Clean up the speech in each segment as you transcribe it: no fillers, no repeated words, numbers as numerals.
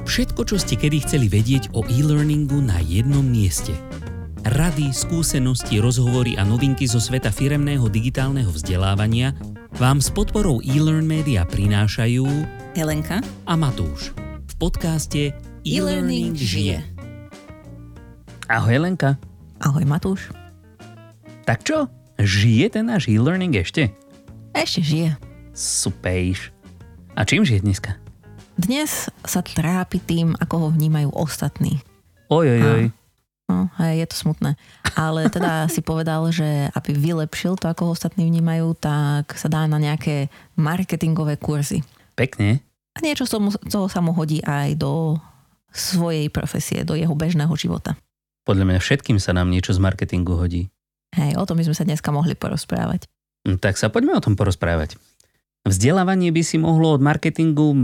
Všetko, čo ste kedy chceli vedieť o e-learningu na jednom mieste. Rady, skúsenosti, rozhovory a novinky zo sveta firemného digitálneho vzdelávania vám s podporou eLearn Media prinášajú Helenka a Matúš v podcaste E-Learning žije. Ahoj Helenka. Ahoj Matúš. Tak čo? Žije ten náš e-learning ešte? Ešte žije. Supejš. A čím žije dneska? Dnes sa trápi tým, ako ho vnímajú ostatní. Ojojoj. No, je to smutné. Ale teda si povedal, že aby vylepšil to, ako ho ostatní vnímajú, tak sa dá na nejaké marketingové kurzy. Pekne. A niečo z toho sa mu hodí aj do svojej profesie, do jeho bežného života. Podľa mňa všetkým sa nám niečo z marketingu hodí. Hej, o tom by sme sa dneska mohli porozprávať. Tak sa poďme o tom porozprávať. Vzdelávanie by si mohlo od marketingu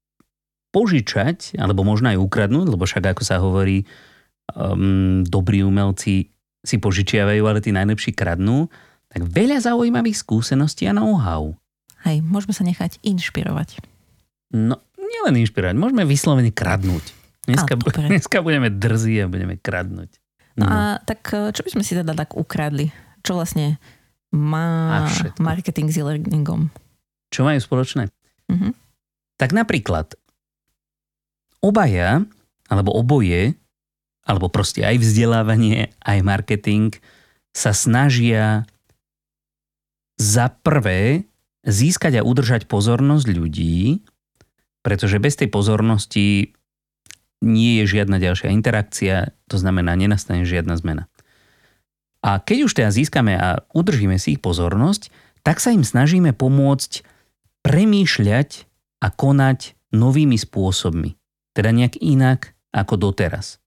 požičať, alebo možno aj ukradnúť, lebo však ako sa hovorí, dobrí umelci si požičiavajú, ale tí najlepší kradnú. Tak veľa zaujímavých skúseností a know-how. Hej, môžeme sa nechať inšpirovať. No, nielen inšpirovať, môžeme vyslovene kradnúť. Dneska budeme drzí a budeme kradnúť. No a tak čo by sme si teda tak ukradli? Čo vlastne má marketing s e-learningom? Čo majú spoločné? Uh-huh. Tak napríklad obaja, alebo oboje, alebo proste aj vzdelávanie, aj marketing sa snažia za prvé získať a udržať pozornosť ľudí, pretože bez tej pozornosti nie je žiadna ďalšia interakcia, to znamená, nenastane žiadna zmena. A keď už teda získame a udržíme si ich pozornosť, tak sa im snažíme pomôcť premýšľať a konať novými spôsobmi. Teda nejak inak ako doteraz.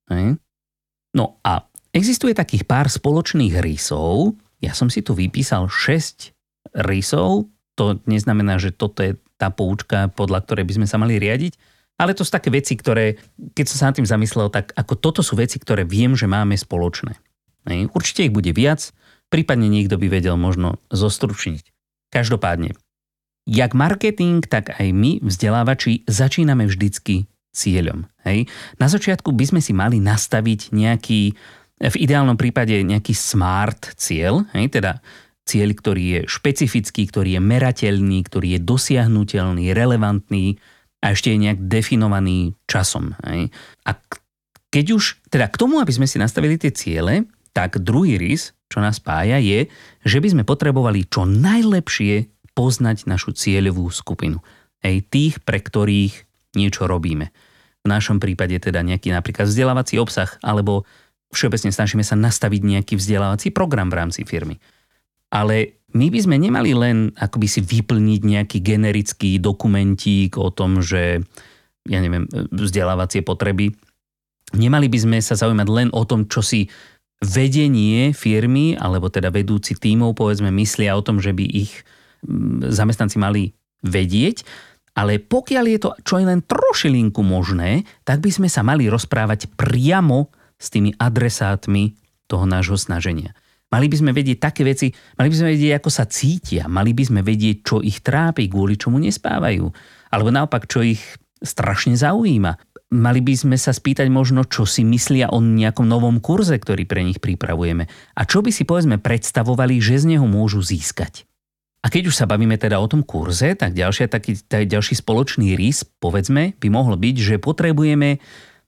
No a existuje takých pár spoločných rysov. Ja som si tu vypísal 6 rysov. To neznamená, že toto je tá poučka, podľa ktorej by sme sa mali riadiť. Ale to sú také veci, ktoré, keď som sa nad tým zamyslel, tak ako toto sú veci, ktoré viem, že máme spoločné. Určite ich bude viac, prípadne niekto by vedel možno zostručniť. Každopádne, jak marketing, tak aj my, vzdelávači, začíname vždycky cieľom. Hej? Na začiatku by sme si mali nastaviť nejaký, v ideálnom prípade nejaký smart cieľ, hej? Teda cieľ, ktorý je špecifický, ktorý je merateľný, ktorý je dosiahnuteľný, relevantný a ešte je nejak definovaný časom. Hej? A keď už, teda k tomu, aby sme si nastavili tie ciele, tak druhý rys, čo nás spája, je, že by sme potrebovali čo najlepšie poznať našu cieľovú skupinu. Hej, tých, pre ktorých niečo robíme. V našom prípade teda nejaký napríklad vzdelávací obsah, alebo všeobecne snažíme sa nastaviť nejaký vzdelávací program v rámci firmy. Ale my by sme nemali len akoby si vyplniť nejaký generický dokumentík o tom, že ja neviem, vzdelávacie potreby. Nemali by sme sa zaujímať len o tom, čo si vedenie firmy, alebo teda vedúci tímov, povedzme, myslia o tom, že by ich zamestnanci mali vedieť, ale pokiaľ je to čo je len trošilinku možné, tak by sme sa mali rozprávať priamo s tými adresátmi toho nášho snaženia. Mali by sme vedieť také veci, mali by sme vedieť, ako sa cítia, mali by sme vedieť, čo ich trápi, kvôli čomu nespávajú, alebo naopak, čo ich strašne zaujíma. Mali by sme sa spýtať možno, čo si myslia o nejakom novom kurze, ktorý pre nich pripravujeme a čo by si povedzme predstavovali, že z neho môžu získať. A keď už sa bavíme teda o tom kurze, tak ďalší spoločný rys, povedzme, by mohol byť, že potrebujeme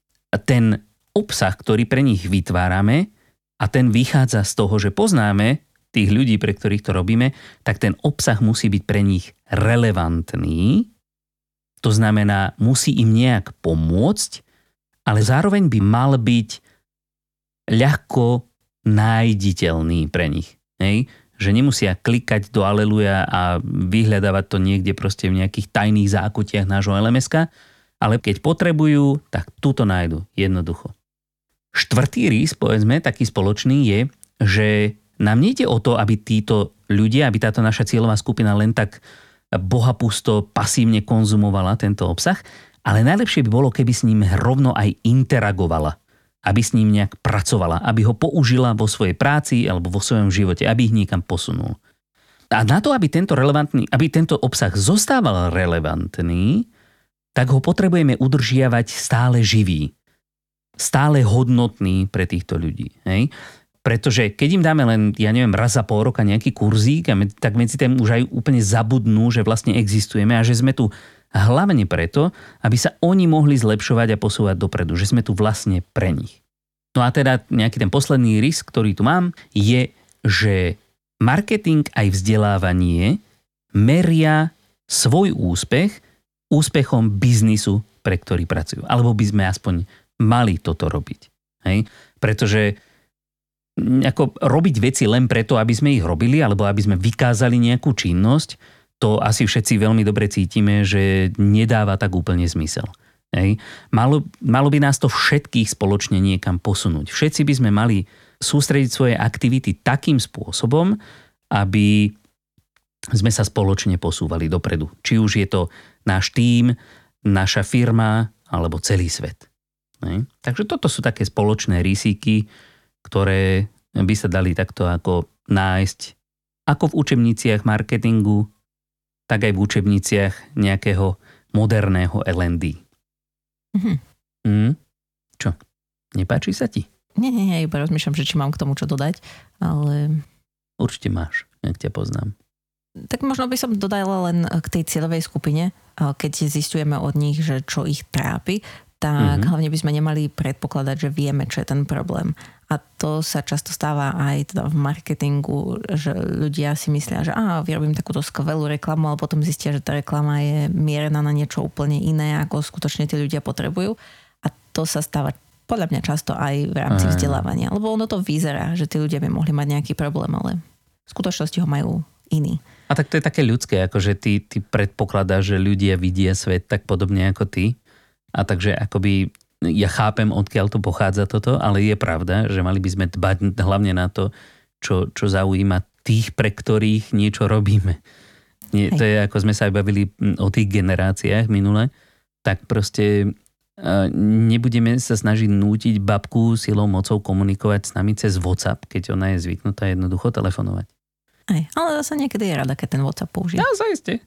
ten obsah, ktorý pre nich vytvárame a ten vychádza z toho, že poznáme tých ľudí, pre ktorých to robíme, tak ten obsah musí byť pre nich relevantný. To znamená, musí im nejak pomôcť, ale zároveň by mal byť ľahko nájditeľný pre nich. Hej? Že nemusia klikať do Aleluja a vyhľadávať to niekde proste v nejakých tajných zákutiach nášho LMS-ka, ale keď potrebujú, tak tu to nájdu jednoducho. Štvrtý rys, povedzme, taký spoločný je, že nám nejde o to, aby títo ľudia, aby táto naša cieľová skupina len tak bohapusto, pasívne konzumovala tento obsah, ale najlepšie by bolo, keby s ním rovno aj interagovala. Aby s ním nejak pracovala, aby ho použila vo svojej práci alebo vo svojom živote, aby ich niekam posunul. A na to, aby tento obsah zostával relevantný, tak ho potrebujeme udržiavať stále živý. Stále hodnotný pre týchto ľudí. Hej? Pretože keď im dáme len, raz za pol roka nejaký kurzík, tak medzi tým už aj úplne zabudnú, že vlastne existujeme a že sme tu hlavne preto, aby sa oni mohli zlepšovať a posúvať dopredu. Že sme tu vlastne pre nich. No a teda nejaký ten posledný risk, ktorý tu mám, je, že marketing aj vzdelávanie meria svoj úspech úspechom biznisu, pre ktorý pracujú. Alebo by sme aspoň mali toto robiť. Hej? Pretože ako robiť veci len preto, aby sme ich robili, alebo aby sme vykázali nejakú činnosť, to asi všetci veľmi dobre cítime, že nedáva tak úplne zmysel. Hej. Malo by nás to všetkých spoločne niekam posunúť. Všetci by sme mali sústrediť svoje aktivity takým spôsobom, aby sme sa spoločne posúvali dopredu. Či už je to náš tím, naša firma, alebo celý svet. Hej. Takže toto sú také spoločné rizíky, ktoré by sa dali takto ako nájsť ako v učebniciach marketingu, tak aj v učebniciach nejakého moderného L&D. Čo? Nepáči sa ti? Nie, iba rozmýšľam, že či mám k tomu čo dodať, ale... Určite máš, ak ťa poznám. Tak možno by som dodala len k tej cieľovej skupine, keď zistujeme od nich, že čo ich trápi, tak hlavne by sme nemali predpokladať, že vieme, čo je ten problém. A to sa často stáva aj teda v marketingu, že ľudia si myslia, že vyrobím takúto skvelú reklamu, ale potom zistia, že tá reklama je mierená na niečo úplne iné, ako skutočne tí ľudia potrebujú. A to sa stáva podľa mňa často aj v rámci vzdelávania. Lebo ono to vyzerá, že tí ľudia by mohli mať nejaký problém, ale v skutočnosti ho majú iní. A tak to je také ľudské, akože ty predpokladáš, že ľudia vidia svet tak podobne ako ty. A takže akoby ja chápem, odkiaľ to pochádza toto, ale je pravda, že mali by sme dbať hlavne na to, čo zaujíma tých, pre ktorých niečo robíme. To je, ako sme sa aj bavili o tých generáciách minule, tak proste nebudeme sa snažiť nútiť babku silou mocou komunikovať s nami cez WhatsApp, keď ona je zvyknutá jednoducho telefonovať. Ale zase niekedy je rada, keď ten WhatsApp použije. Ja, zaiste.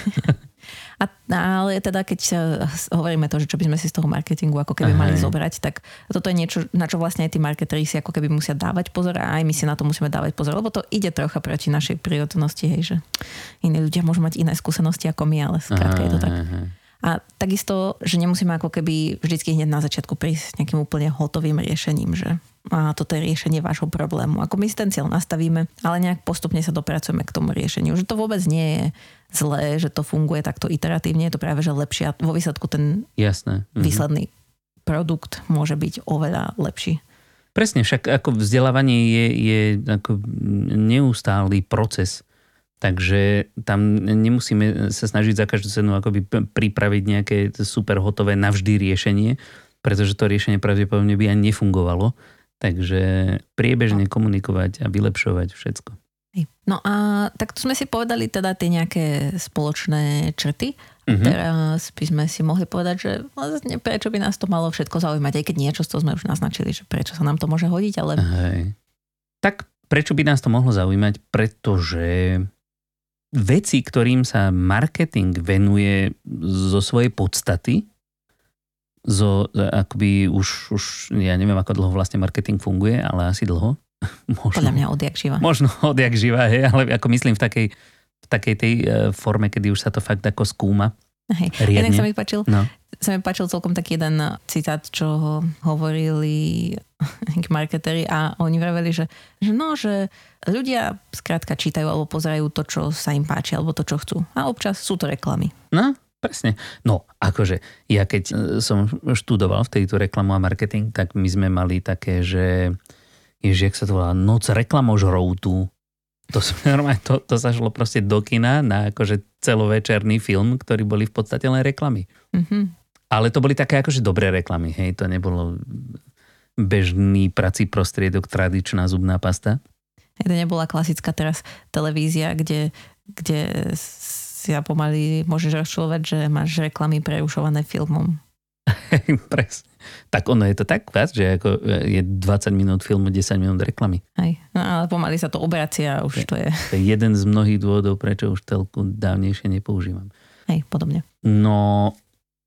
Ale teda keď hovoríme to, že čo by sme si z toho marketingu ako keby mali zobrať, tak toto je niečo, na čo vlastne aj tí marketeri si ako keby musia dávať pozor a aj my si na to musíme dávať pozor, lebo to ide trocha proti našej prírodzenosti, hej, že iní ľudia môžu mať iné skúsenosti ako my, ale skrátka je to tak. A takisto, že nemusíme ako keby vždycky hneď na začiatku prísť s nejakým úplne hotovým riešením, že toto je riešenie vášho problému. Ako my si ten cieľ nastavíme, ale nejak postupne sa dopracujeme k tomu riešeniu. Že to vôbec nie je zlé, že to funguje takto iteratívne, je to práve že lepšie a vo výsledku ten výsledný produkt môže byť oveľa lepší. Presne, však ako vzdelávanie je ako neustály proces. Takže tam nemusíme sa snažiť za každú cenu akoby pripraviť nejaké super hotové navždy riešenie, pretože to riešenie pravdepodobne by ani nefungovalo. Takže priebežne komunikovať a vylepšovať všetko. No a tak tu sme si povedali teda tie nejaké spoločné črty. Teraz by sme si mohli povedať, že vlastne prečo by nás to malo všetko zaujímať, aj keď niečo z toho sme už naznačili, že prečo sa nám to môže hodiť, ale... Tak prečo by nás to mohlo zaujímať? Pretože veci, ktorým sa marketing venuje zo svojej podstaty, akoby už ja neviem, ako dlho vlastne marketing funguje, ale asi dlho. Podľa mňa odjak živa. Možno odjak živa, hej, ale ako myslím v takej tej forme, kedy už sa to fakt ako skúma. Riadne. Inak sa mi páčil celkom taký jeden citát, čo hovorili marketeri a oni vraveli, že ľudia skrátka čítajú alebo pozerajú to, čo sa im páči alebo to, čo chcú. A občas sú to reklamy. No, presne. No, akože ja keď som študoval v tejto reklamu a marketing, tak my sme mali také, že jak sa to volá, Noc reklamožroutu. To sa šlo proste do kina na akože celovečerný film, ktorý boli v podstate len reklamy. Ale to boli také akože dobré reklamy, hej, to nebolo bežný prací prostriedok, tradičná zubná pasta. To nebola klasická teraz televízia, kde si ja pomaly môžeš rozčulovať, že máš reklamy prerušované filmom. Presne. Tak ono je to tak, že ako je 20 minút filmu, 10 minút reklamy. Hej, no ale pomaly sa to obracia, už to je. To je jeden z mnohých dôvodov, prečo už telku dávnejšie nepoužívam. Hej, podobne. No,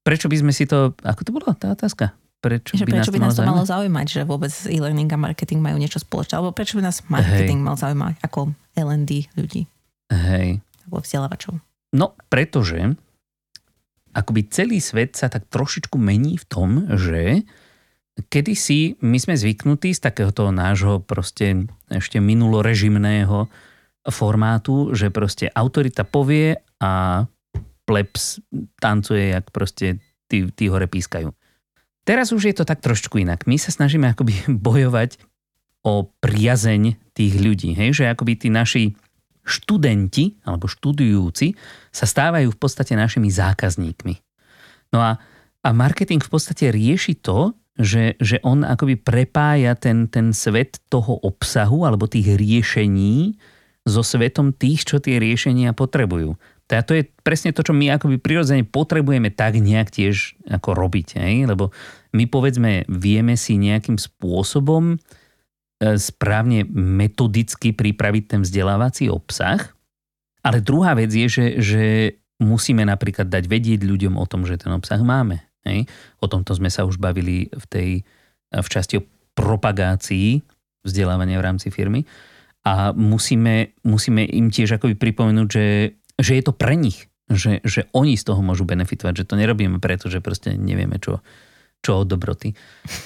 prečo by sme si to... Ako to bola tá otázka? Prečo by nás to malo zaujímať, že vôbec e-learning a marketing majú niečo spoločné? Alebo prečo by nás marketing mal zaujímať ako L&D ľudí? Hej. Alebo vzdelávačov? No, pretože akoby celý svet sa tak trošičku mení v tom, že kedysi my sme zvyknutí z takéhoto nášho proste ešte minulorežimného formátu, že proste autorita povie a plebs tancuje, jak proste tí hore pískajú. Teraz už je to tak trošku inak. My sa snažíme akoby bojovať o priazeň tých ľudí. Hej? Že akoby tí naši študenti alebo študujúci sa stávajú v podstate našimi zákazníkmi. No a marketing v podstate rieši to, že on akoby prepája ten svet toho obsahu alebo tých riešení so svetom tých, čo tie riešenia potrebujú. Teda to je presne to, čo my akoby prirodzene potrebujeme tak nejak tiež ako robiť. Lebo my povedzme vieme si nejakým spôsobom správne metodicky pripraviť ten vzdelávací obsah. Ale druhá vec je, že musíme napríklad dať vedieť ľuďom o tom, že ten obsah máme. O tomto sme sa už bavili v časti o propagácii vzdelávania v rámci firmy. A musíme im tiež akoby pripomenúť, že je to pre nich, že oni z toho môžu benefitovať, že to nerobíme preto, že proste nevieme čo od dobroty.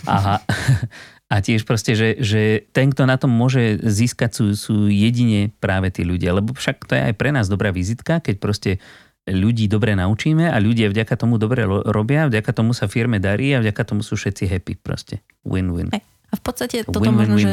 A tiež proste, že ten, kto na tom môže získať, sú jedine práve tí ľudia. Lebo však to je aj pre nás dobrá vizitka, keď proste ľudí dobre naučíme a ľudia vďaka tomu dobre robia, vďaka tomu sa firme darí a vďaka tomu sú všetci happy proste. Win-win. A v podstate toto možno, že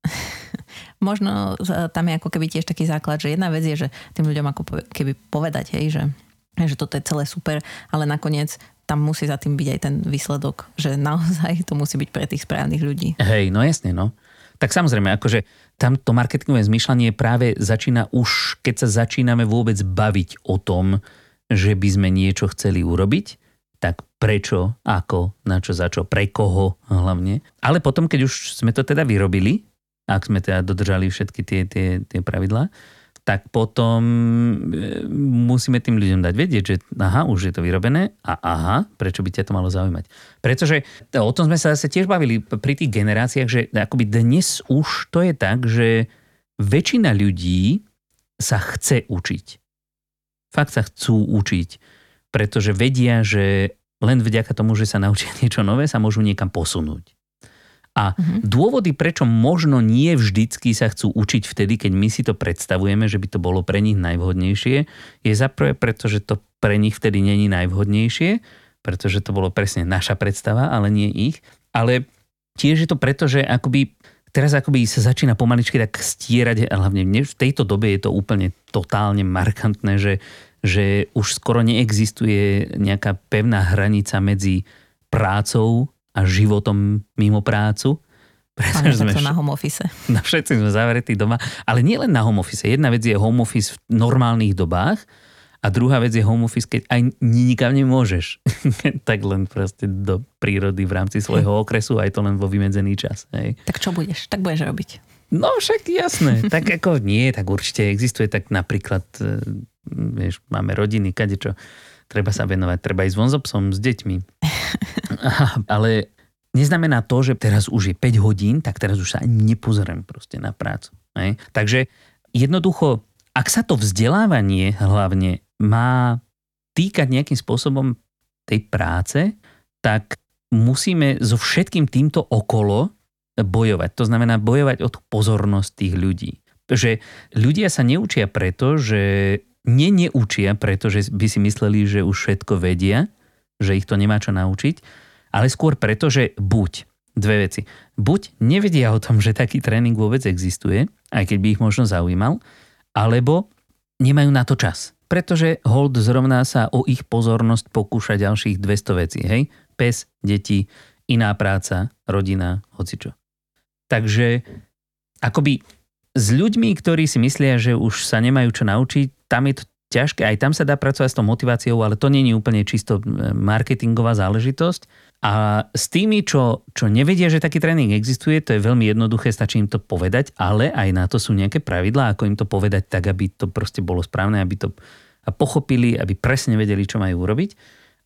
možno tam je ako keby tiež taký základ, že jedna vec je, že tým ľuďom ako keby povedať, hej, že toto je celé super, ale nakoniec tam musí za tým byť aj ten výsledok, že naozaj to musí byť pre tých správnych ľudí. Hej, no jasne, no. Tak samozrejme, akože tamto marketingové zmýšľanie práve začína už, keď sa začíname vôbec baviť o tom, že by sme niečo chceli urobiť, tak prečo, ako, na čo, za čo, pre koho hlavne. Ale potom, keď už sme to teda vyrobili, ak sme teda dodržali všetky tie pravidlá, tak potom musíme tým ľuďom dať vedieť, že aha, už je to vyrobené a aha, prečo by ťa to malo zaujímať. Pretože o tom sme sa zase tiež bavili pri tých generáciách, že akoby dnes už to je tak, že väčšina ľudí sa chce učiť. Fakt sa chcú učiť, pretože vedia, že len vďaka tomu, že sa naučia niečo nové, sa môžu niekam posunúť. A dôvody, prečo možno nie vždycky sa chcú učiť vtedy, keď my si to predstavujeme, že by to bolo pre nich najvhodnejšie, je zaprvé, pretože to pre nich vtedy není najvhodnejšie, pretože to bolo presne naša predstava, ale nie ich. Ale tiež je to preto, že teraz sa začína pomaličky tak stierať, a hlavne v tejto dobe je to úplne totálne markantné, že už skoro neexistuje nejaká pevná hranica medzi prácou a životom mimo prácu. Ale sme na home office. Všetci sme zavretí doma. Ale nie len na home office. Jedna vec je home office v normálnych dobách a druhá vec je home office, keď aj nikam nemôžeš. Tak len proste do prírody v rámci svojho okresu, aj to len vo vymedzený čas. Hej. Tak čo budeš? Tak budeš robiť. No však jasné. Tak ako nie, tak určite existuje. Tak napríklad, vieš, máme rodiny, kadečo. Treba sa venovať, treba ísť von so psom, s deťmi. Ale neznamená to, že teraz už je 5 hodín, tak teraz už sa ani nepozerám proste na prácu. Ne? Takže jednoducho, ak sa to vzdelávanie hlavne má týkať nejakým spôsobom tej práce, tak musíme so všetkým týmto okolo bojovať. To znamená bojovať o tú pozornosť tých ľudí. Že ľudia sa neučia preto, že neučia, pretože by si mysleli, že už všetko vedia, že ich to nemá čo naučiť, ale skôr preto, že buď dve veci. Buď nevedia o tom, že taký tréning vôbec existuje, aj keď by ich možno zaujímal, alebo nemajú na to čas. Pretože hold zrovna sa o ich pozornosť pokúša ďalších 200 vecí. Hej? Pes, deti, iná práca, rodina, hocičo. Takže akoby s ľuďmi, ktorí si myslia, že už sa nemajú čo naučiť, tam je to ťažké. Aj tam sa dá pracovať s tou motiváciou, ale to nie je úplne čisto marketingová záležitosť. A s tými, čo nevedia, že taký tréning existuje, to je veľmi jednoduché, stačí im to povedať, ale aj na to sú nejaké pravidlá, ako im to povedať tak, aby to proste bolo správne, aby to pochopili, aby presne vedeli, čo majú urobiť. A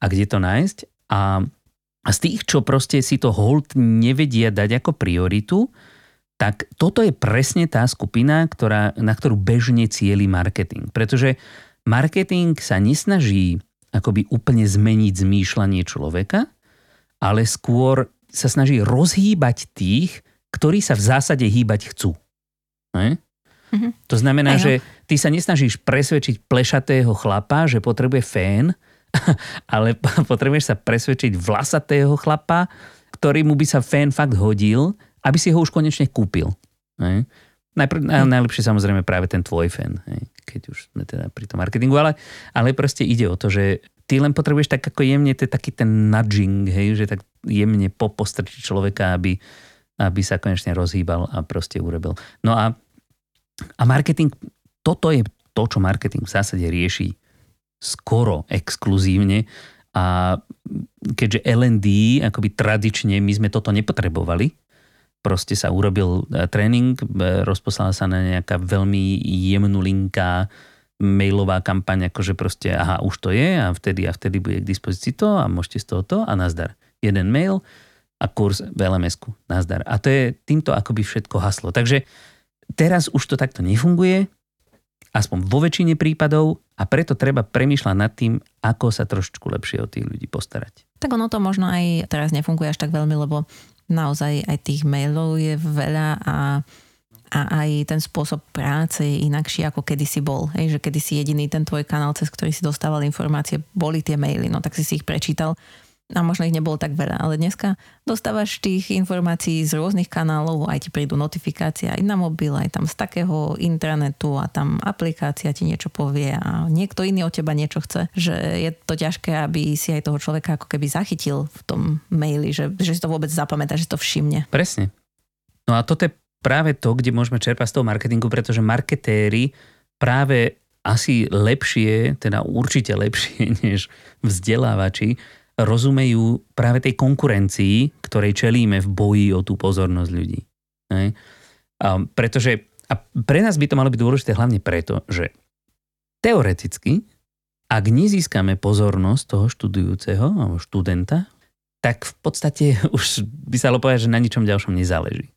a kde to nájsť. A z tých, čo proste si to hold nevedia dať ako prioritu, tak toto je presne tá skupina, na ktorú bežne cieli marketing. Pretože marketing sa nesnaží akoby úplne zmeniť zmýšľanie človeka, ale skôr sa snaží rozhýbať tých, ktorí sa v zásade hýbať chcú. Ne? Mm-hmm. To znamená, že ty sa nesnažíš presvedčiť plešatého chlapa, že potrebuje fén, ale potrebuješ sa presvedčiť vlasatého chlapa, ktorému by sa fén fakt hodil, aby si ho už konečne kúpil. Ne? Najlepšie samozrejme práve ten tvoj fén, keď už sme teda pri tom marketingu, ale proste ide o to, že ty len potrebuješ tak ako jemne, to je taký ten nudging, že tak jemne postrčiť človeka, aby sa konečne rozhýbal a proste urobil. No a marketing, toto je to, čo marketing v zásade rieši skoro exkluzívne a keďže L&D, akoby tradične my sme toto nepotrebovali, proste sa urobil tréning, rozposlala sa na nejaká veľmi jemnulinká mailová kampaň, akože proste aha, už to je a vtedy bude k dispozícii to a môžete z toho to a nazdar. Jeden mail a kurz v LMS-ku. Nazdar. A to je týmto akoby všetko haslo. Takže teraz už to takto nefunguje, aspoň vo väčšine prípadov a preto treba premýšľať nad tým, ako sa trošičku lepšie o tých ľudí postarať. Tak ono to možno aj teraz nefunguje až tak veľmi, lebo naozaj aj tých mailov je veľa a aj ten spôsob práce je inakší, ako kedysi bol. Že kedysi jediný ten tvoj kanál, cez ktorý si dostával informácie, boli tie maily, no tak si ich prečítal. A možno ich nebolo tak veľa, ale dneska dostávaš tých informácií z rôznych kanálov, aj ti prídu notifikácie aj na mobil, aj tam z takého intranetu a tam aplikácia ti niečo povie a niekto iný od teba niečo chce, že je to ťažké, aby si aj toho človeka ako keby zachytil v tom maili, že si to vôbec zapamätá, že to všimne. Presne. No a toto je práve to, kde môžeme čerpať z toho marketingu, pretože marketéri práve asi lepšie, teda určite lepšie než vzdelávači, rozumejú práve tej konkurencii, ktorej čelíme v boji o tú pozornosť ľudí. Pretože a pre nás by to malo byť dôležité hlavne preto, že teoreticky, ak nezískame pozornosť toho študujúceho alebo študenta, tak v podstate už by sa dalo povedať, že na ničom ďalšom nezáleží.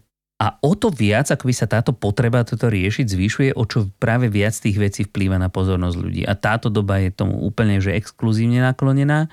A o to viac, ako by sa táto potreba toto riešiť zvyšuje, o čo práve viac tých vecí vplýva na pozornosť ľudí. A táto doba je tomu úplne že exkluzívne naklonená.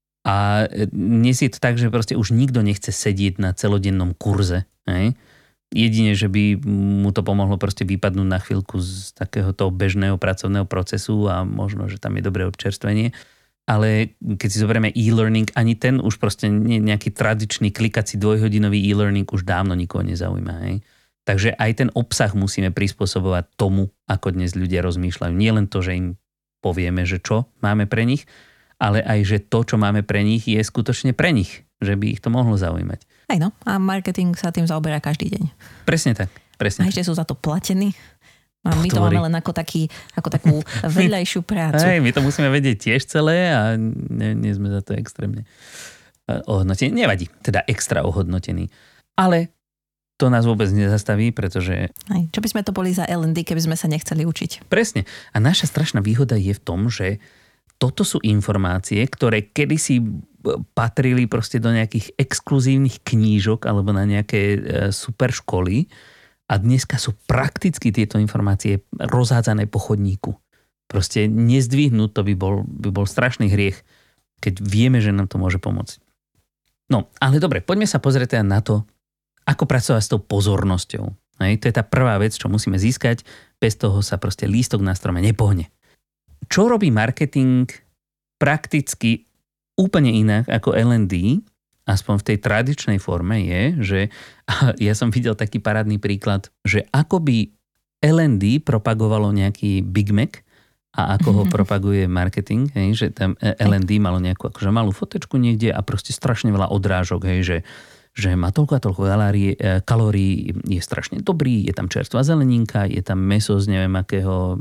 A dnes je to tak, že proste už nikto nechce sedieť na celodennom kurze. Jedine, že by mu to pomohlo proste vypadnúť na chvíľku z takéhoto bežného pracovného procesu a možno, že tam je dobré občerstvenie. Ale keď si zoberieme e-learning, ani ten už proste nejaký tradičný klikací dvojhodinový e-learning už dávno nikoho nezaujíma. Takže aj ten obsah musíme prispôsobovať tomu, ako dnes ľudia rozmýšľajú. Nie len to, že im povieme, že čo máme pre nich, ale aj, že to, čo máme pre nich, je skutočne pre nich, že by ich to mohlo zaujímať. Aj no, a marketing sa tým zaoberá každý deň. Presne tak. Presne. A ešte sú za to platení. A my to máme len ako takú vedľajšiu prácu. Hej, my to musíme vedieť tiež celé a nie sme za to extrémne ohodnotení. Nevadí, teda extra ohodnotení. Ale to nás vôbec nezastaví, pretože... Aj, čo by sme to boli za L&D, keby sme sa nechceli učiť? Presne. A naša strašná výhoda je v tom, že toto sú informácie, ktoré kedysi patrili proste do nejakých exkluzívnych knížok alebo na nejaké super školy a dneska sú prakticky tieto informácie rozhádzané po chodníku. Proste nezdvihnúť to by bol strašný hriech, keď vieme, že nám to môže pomôcť. No, ale dobre, poďme sa pozrieť na to, ako pracovať s tou pozornosťou. To je tá prvá vec, čo musíme získať, bez toho sa proste lístok na strome nepohne. Čo robí marketing prakticky úplne inak ako L&D, aspoň v tej tradičnej forme je, že ja som videl taký parádny príklad, že ako by L&D propagovalo nejaký Big Mac a ako ho propaguje marketing, že tam L&D malo nejakú akože malú fotečku niekde a proste strašne veľa odrážok, že má toľko a toľko kalórií, je strašne dobrý, je tam čerstvá zeleninka, je tam mäso z neviem akého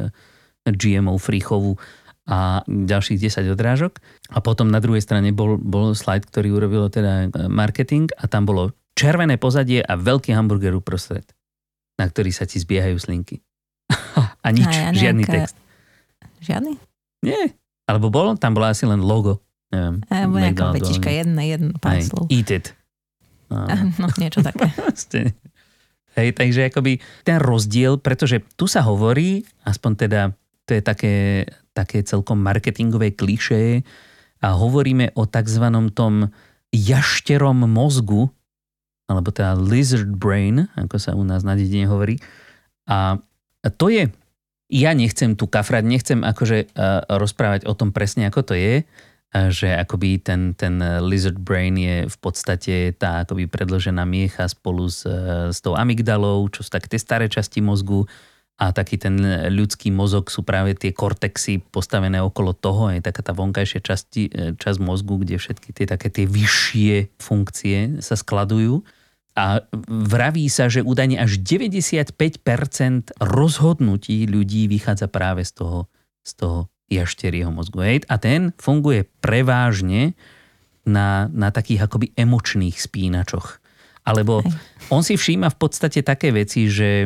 GMO free chovu a ďalších 10 odrážok. A potom na druhej strane bol slajd, ktorý urobilo teda marketing a tam bolo červené pozadie a veľký hamburger uprostred, na ktorý sa ti zbiehajú slinky. A nič, žiadny text. Žiadny? Nie. Alebo tam bola asi len logo. Neviem. Nejaká vetička, jeden pár slov. Eat it. No, niečo také. Hej, takže akoby ten rozdiel, pretože tu sa hovorí, aspoň teda to je také celkom marketingové klišé a hovoríme o takzvanom tom jašterom mozgu, alebo teda lizard brain, ako sa u nás na dedine hovorí. A to je, ja nechcem tu kafrať, nechcem akože rozprávať o tom presne, ako to je, že akoby ten lizard brain je v podstate tá akoby predĺžená miecha spolu s tou amygdalou, čo sú také tie staré časti mozgu a taký ten ľudský mozog sú práve tie kortexy postavené okolo toho, je taká tá vonkajšia časť mozgu, kde všetky tie také tie vyššie funkcie sa skladujú. A vraví sa, že údajne až 95% rozhodnutí ľudí vychádza práve z toho jašterieho mozgu. A ten funguje prevážne na takých akoby emočných spínačoch. Alebo on si všíma v podstate také veci, že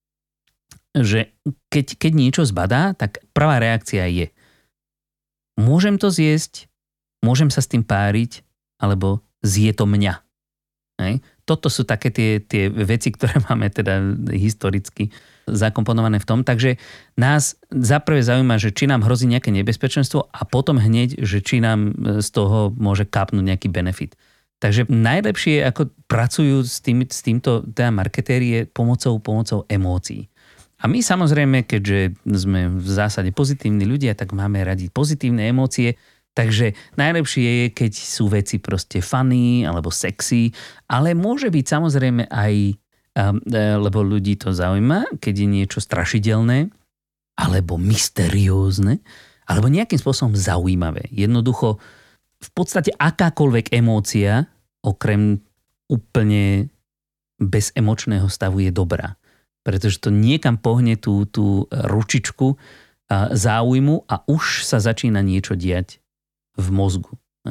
keď niečo zbadá, tak prvá reakcia je: môžem to zjesť, môžem sa s tým páriť, alebo zje to mňa. Hej. Toto sú také tie veci, ktoré máme teda historicky zakomponované v tom. Takže nás zaprvé zaujíma, že či nám hrozí nejaké nebezpečenstvo a potom hneď, že či nám z toho môže kápnuť nejaký benefit. Takže najlepšie, ako pracujú s týmto teda marketéri, je pomocou emócií. A my samozrejme, keďže sme v zásade pozitívni ľudia, tak máme radi pozitívne emócie. Takže najlepšie je, keď sú veci proste funny alebo sexy, ale môže byť samozrejme aj, lebo ľudí to zaujíma, keď je niečo strašidelné, alebo mysteriózne, alebo nejakým spôsobom zaujímavé. Jednoducho, v podstate akákoľvek emócia, okrem úplne bezemočného stavu, je dobrá. Pretože to niekam pohne tú ručičku záujmu a už sa začína niečo diať v mozgu.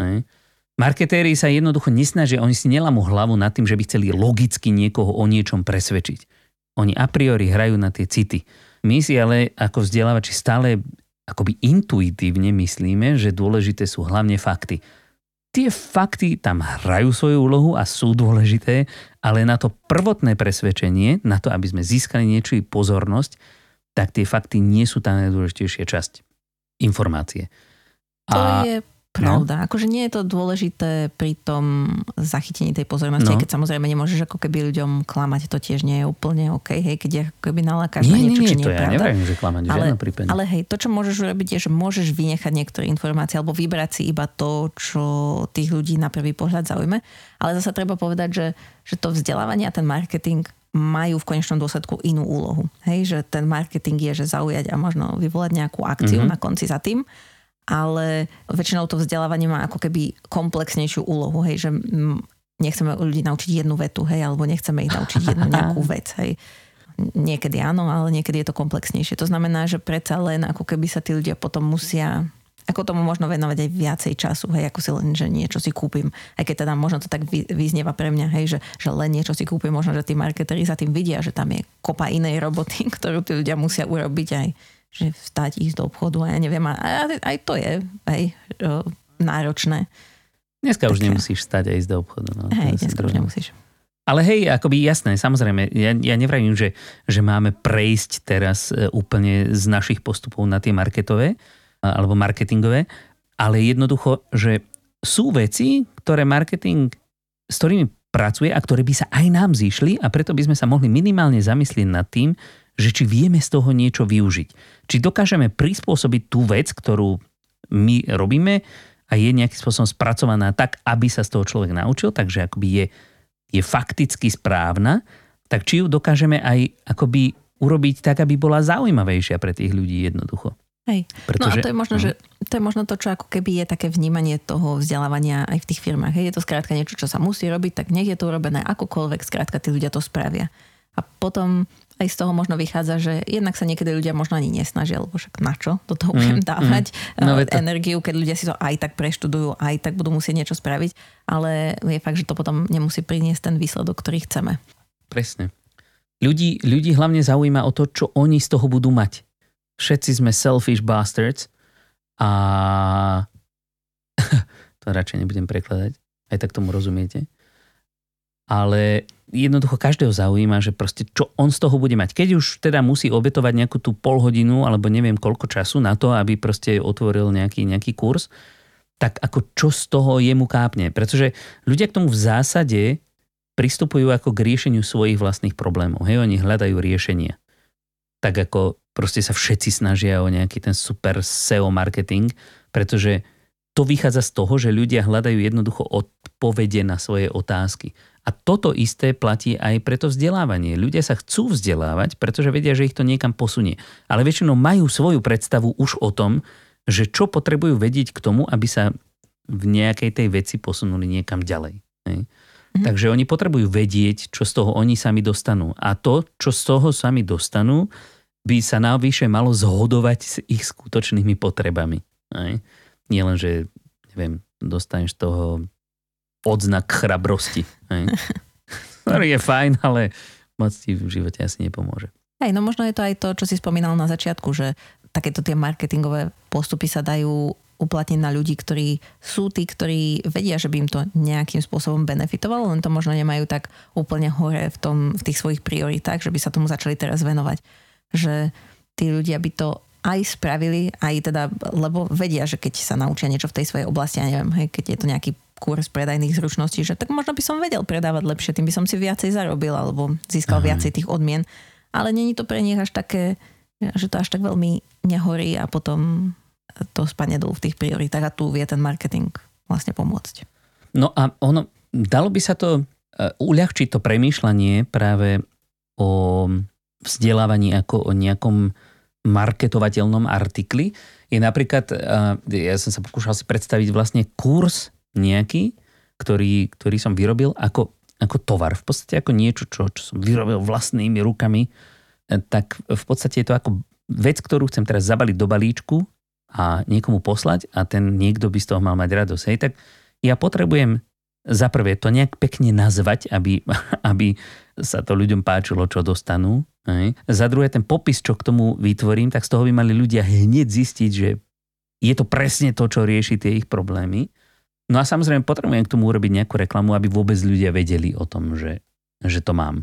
Marketéri sa jednoducho nesnažia, oni si nelamú hlavu nad tým, že by chceli logicky niekoho o niečom presvedčiť. Oni a priori hrajú na tie city. My si ale ako vzdelávači stále akoby intuitívne myslíme, že dôležité sú hlavne fakty. Tie fakty tam hrajú svoju úlohu a sú dôležité, ale na to prvotné presvedčenie, na to, aby sme získali niečo pozornosť, tak tie fakty nie sú tá najdôležitejšia časť informácie. To je pravda. Akože nie je to dôležité pri tom zachytení tej pozornosti, keď samozrejme nemôžeš ako keby ľuďom klamať, to tiež nie je úplne OK, hej, keď ako keby nalákaš na niečo, čo nie je pravda. Ja nevrajím, že klamať, žiadna prípadne. Ale hej, to, čo môžeš urobiť, je, že môžeš vynechať niektoré informácie alebo vybrať si iba to, čo tých ľudí na prvý pohľad zaujme. Ale zasa treba povedať, že to vzdelávanie a ten marketing majú v konečnom dôsledku inú úlohu. Hej, že ten marketing je, že zaujať a možno vyvolať nejakú akciu na konci za tým. Ale väčšinou to vzdelávanie má ako keby komplexnejšiu úlohu, hej, že nechceme ľudí naučiť jednu vetu, hej, alebo nechceme ich naučiť jednu nejakú vec, hej. Niekedy áno, ale niekedy je to komplexnejšie. To znamená, že predsa len ako keby sa tí ľudia potom musia, ako tomu možno venovať aj viacej času, hej, ako si len, že niečo si kúpim. Aj keď teda možno to tak vyznieva pre mňa, hej, že len niečo si kúpim, možno, že tí marketéri za tým vidia, že tam je kopa inej roboty, ktorú tí ľudia musia urobiť aj že vstať, ísť do obchodu a ja neviem, aj to je náročné. Dneska už nemusíš vstať a ísť do obchodu. No, hej, dneska už nemusíš. Ale hej, akoby jasné, samozrejme, ja nevravím, že máme prejsť teraz úplne z našich postupov na tie marketové alebo marketingové, ale jednoducho, že sú veci, ktoré marketing, s ktorými pracuje a ktoré by sa aj nám zišli a preto by sme sa mohli minimálne zamyslieť nad tým, že či vieme z toho niečo využiť. Či dokážeme prispôsobiť tú vec, ktorú my robíme a je nejakým spôsobom spracovaná tak, aby sa z toho človek naučil, takže akoby je fakticky správna, tak či ju dokážeme aj akoby urobiť tak, aby bola zaujímavejšia pre tých ľudí jednoducho. Hej. Pretože, no a to je možno, že to je možno to, čo ako keby je také vnímanie toho vzdelávania aj v tých firmách. Hej. Je to skrátka niečo, čo sa musí robiť, tak nech je to urobené akokoľvek, skrátka tí ľudia to spravia. A potom aj z toho možno vychádza, že jednak sa niekedy ľudia možno ani nesnažia, lebo však na čo do toho budem dávať energiu, keď ľudia si to aj tak preštudujú, aj tak budú musieť niečo spraviť, ale je fakt, že to potom nemusí priniesť ten výsledok, ktorý chceme. Presne. Ľudí hlavne zaujíma o to, čo oni z toho budú mať. Všetci sme selfish bastards A to radšej nebudem prekladať, aj tak tomu rozumiete. Ale jednoducho každého zaujíma, že proste čo on z toho bude mať. Keď už teda musí obetovať nejakú tú polhodinu alebo neviem koľko času na to, aby proste otvoril nejaký kurz, tak ako čo z toho jemu kápne. Pretože ľudia k tomu v zásade pristupujú ako k riešeniu svojich vlastných problémov. Hej, oni hľadajú riešenia. Tak ako proste sa všetci snažia o nejaký ten super SEO marketing, pretože to vychádza z toho, že ľudia hľadajú jednoducho odpovede na svoje otázky. A toto isté platí aj pre to vzdelávanie. Ľudia sa chcú vzdelávať, pretože vedia, že ich to niekam posunie. Ale väčšinou majú svoju predstavu už o tom, že čo potrebujú vedieť k tomu, aby sa v nejakej tej veci posunuli niekam ďalej. Hej. Takže oni potrebujú vedieť, čo z toho oni sami dostanú. A to, čo z toho sami dostanú, by sa navyše malo zhodovať s ich skutočnými potrebami. Hej. Nie len, že neviem, dostaneš toho odznak chrabrosti. Ktorý je fajn, ale moc ti v živote asi nepomôže. Hej, no možno je to aj to, čo si spomínal na začiatku, že takéto tie marketingové postupy sa dajú uplatniť na ľudí, ktorí sú tí, ktorí vedia, že by im to nejakým spôsobom benefitovalo, len to možno nemajú tak úplne hore v tých svojich prioritách, že by sa tomu začali teraz venovať. Že tí ľudia by to aj spravili, aj teda, lebo vedia, že keď sa naučia niečo v tej svojej oblasti, ja neviem, hej, keď je to nejaký kurz predajných zručností, že tak možno by som vedel predávať lepšie, tým by som si viacej zarobil alebo získal viacej tých odmien. Ale není to pre nich až také, že to až tak veľmi nehorí a potom to spadne dolu v tých prioritách a tu vie ten marketing vlastne pomôcť. No a dalo by sa to uľahčiť to premýšľanie práve o vzdelávaní ako o nejakom marketovateľnom artikli. Je napríklad, ja som sa pokúšal si predstaviť vlastne kurz nejaký, ktorý som vyrobil ako tovar. V podstate ako niečo, čo som vyrobil vlastnými rukami. Tak v podstate je to ako vec, ktorú chcem teraz zabaliť do balíčku a niekomu poslať a ten niekto by z toho mal mať radosť. Hej, tak ja potrebujem za prvé to nejak pekne nazvať, aby sa to ľuďom páčilo, čo dostanú. Hej. Za druhé, ten popis, čo k tomu vytvorím, tak z toho by mali ľudia hneď zistiť, že je to presne to, čo rieši tie ich problémy. No a samozrejme, potrebujem k tomu urobiť nejakú reklamu, aby vôbec ľudia vedeli o tom, že to mám.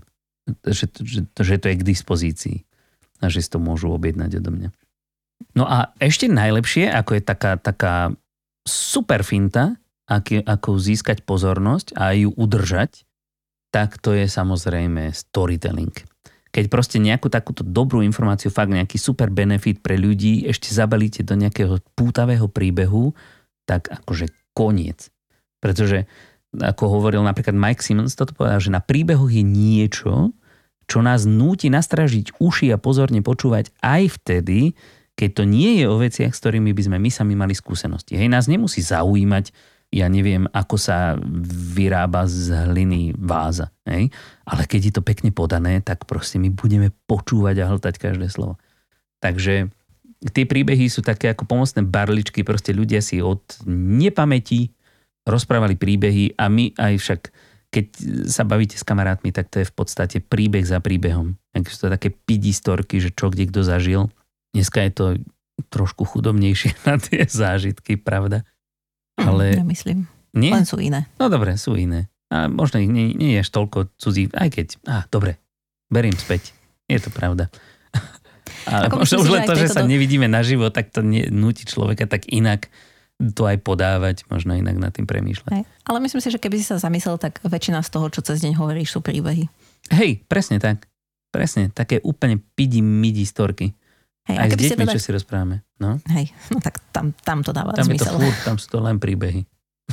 Že to je k dispozícii. A že si to môžu objednať odo mňa. No a ešte najlepšie, ako je taká super finta, ako získať pozornosť a ju udržať, tak to je samozrejme storytelling. Keď proste nejakú takúto dobrú informáciu, fakt nejaký super benefit pre ľudí ešte zabalíte do nejakého pútavého príbehu, tak akože koniec. Pretože, ako hovoril napríklad Mike Simmons, toto povedal, že na príbehoch je niečo, čo nás núti nastražiť uši a pozorne počúvať aj vtedy, keď to nie je o veciach, s ktorými by sme my sami mali skúsenosti. Hej, nás nemusí zaujímať, ja neviem, ako sa vyrába z hliny váza. Hej? Ale keď je to pekne podané, tak proste my budeme počúvať a hltať každé slovo. Takže tie príbehy sú také ako pomocné barličky, proste ľudia si od nepamäti rozprávali príbehy a my aj však, keď sa bavíte s kamarátmi, tak to je v podstate príbeh za príbehom. Takže sú to také pidistorky, že čo kde kto zažil. Dneska je to trošku chudobnejšie na tie zážitky, pravda? Ale nemyslím. Nie? Len sú iné. No dobre, sú iné. A možno ich nie je až toľko cudzí, aj keď, dobre, beriem späť. Je to pravda. Ale možno už len to, že sa nevidíme naživo, tak to núti človeka tak inak to aj podávať, možno inak nad tým premýšľať. Hej. Ale myslím si, že keby si sa zamyslel, tak väčšina z toho, čo cez deň hovoríš, sú príbehy. Hej, presne tak. Presne, také úplne pidi-midi storky. Hej, aj s deťmi, čo si rozprávame. No? Hej, no tak tam to dáva tam zmysel. Tam sú to len príbehy.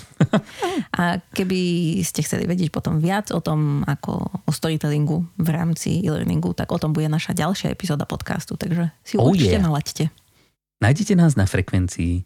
A keby ste chceli vedieť potom viac o tom, ako o storytellingu v rámci e-learningu, tak o tom bude naša ďalšia epizóda podcastu, takže si ju určite nalaďte. Nájdete nás na frekvencii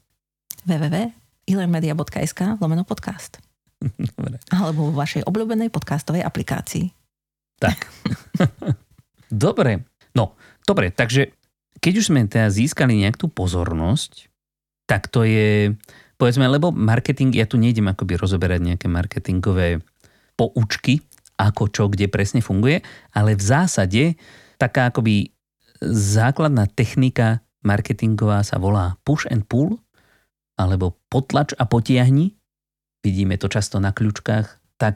www.e-learnmedia.sk/podcast alebo vo vašej obľúbenej podcastovej aplikácii. Tak. Dobre, takže keď už sme teda získali nejakú pozornosť, tak to je, povedzme, lebo marketing, ja tu nejdem akoby rozoberať nejaké marketingové poučky, ako čo, kde presne funguje, ale v zásade taká akoby základná technika marketingová sa volá push and pull alebo potlač a potiahni, vidíme to často na kľúčkach, tak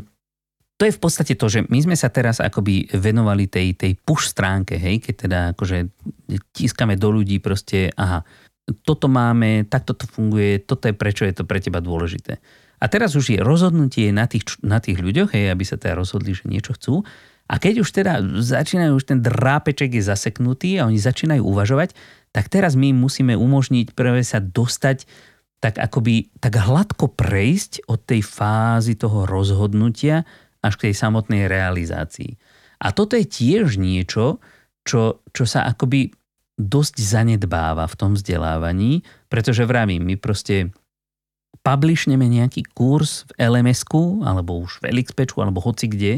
to je v podstate to, že my sme sa teraz akoby venovali tej push stránke, hej, keď teda akože tískame do ľudí proste, aha, toto máme, takto to funguje, toto je prečo je to pre teba dôležité. A teraz už je rozhodnutie na tých ľuďoch, hej, aby sa teda rozhodli, že niečo chcú. A keď už teda začínajú, už ten drápeček je zaseknutý a oni začínajú uvažovať, tak teraz my musíme umožniť prvé sa dostať tak akoby tak hladko prejsť od tej fázy toho rozhodnutia až k tej samotnej realizácii. A toto je tiež niečo, čo sa akoby dosť zanedbáva v tom vzdelávaní, pretože vravím, my proste publishneme nejaký kurz v LMS-ku, alebo už v LXP-čku, alebo hoci kde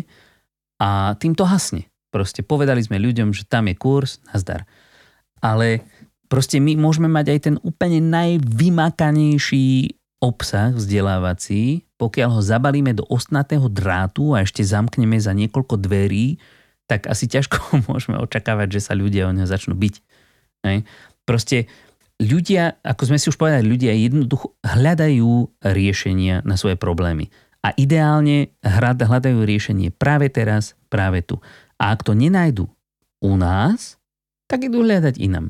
a tým to hasne. Proste povedali sme ľuďom, že tam je kurz, nazdar. Ale proste my môžeme mať aj ten úplne najvymakanejší obsah vzdelávací, pokiaľ ho zabalíme do ostnatého drátu a ešte zamkneme za niekoľko dverí, tak asi ťažko môžeme očakávať, že sa ľudia o neho začnú byť. Hej. Proste ľudia, ako sme si už povedali, ľudia jednoducho hľadajú riešenia na svoje problémy. A ideálne hľadajú riešenie práve teraz, práve tu. A ak to nenájdu u nás, tak idú hľadať inam.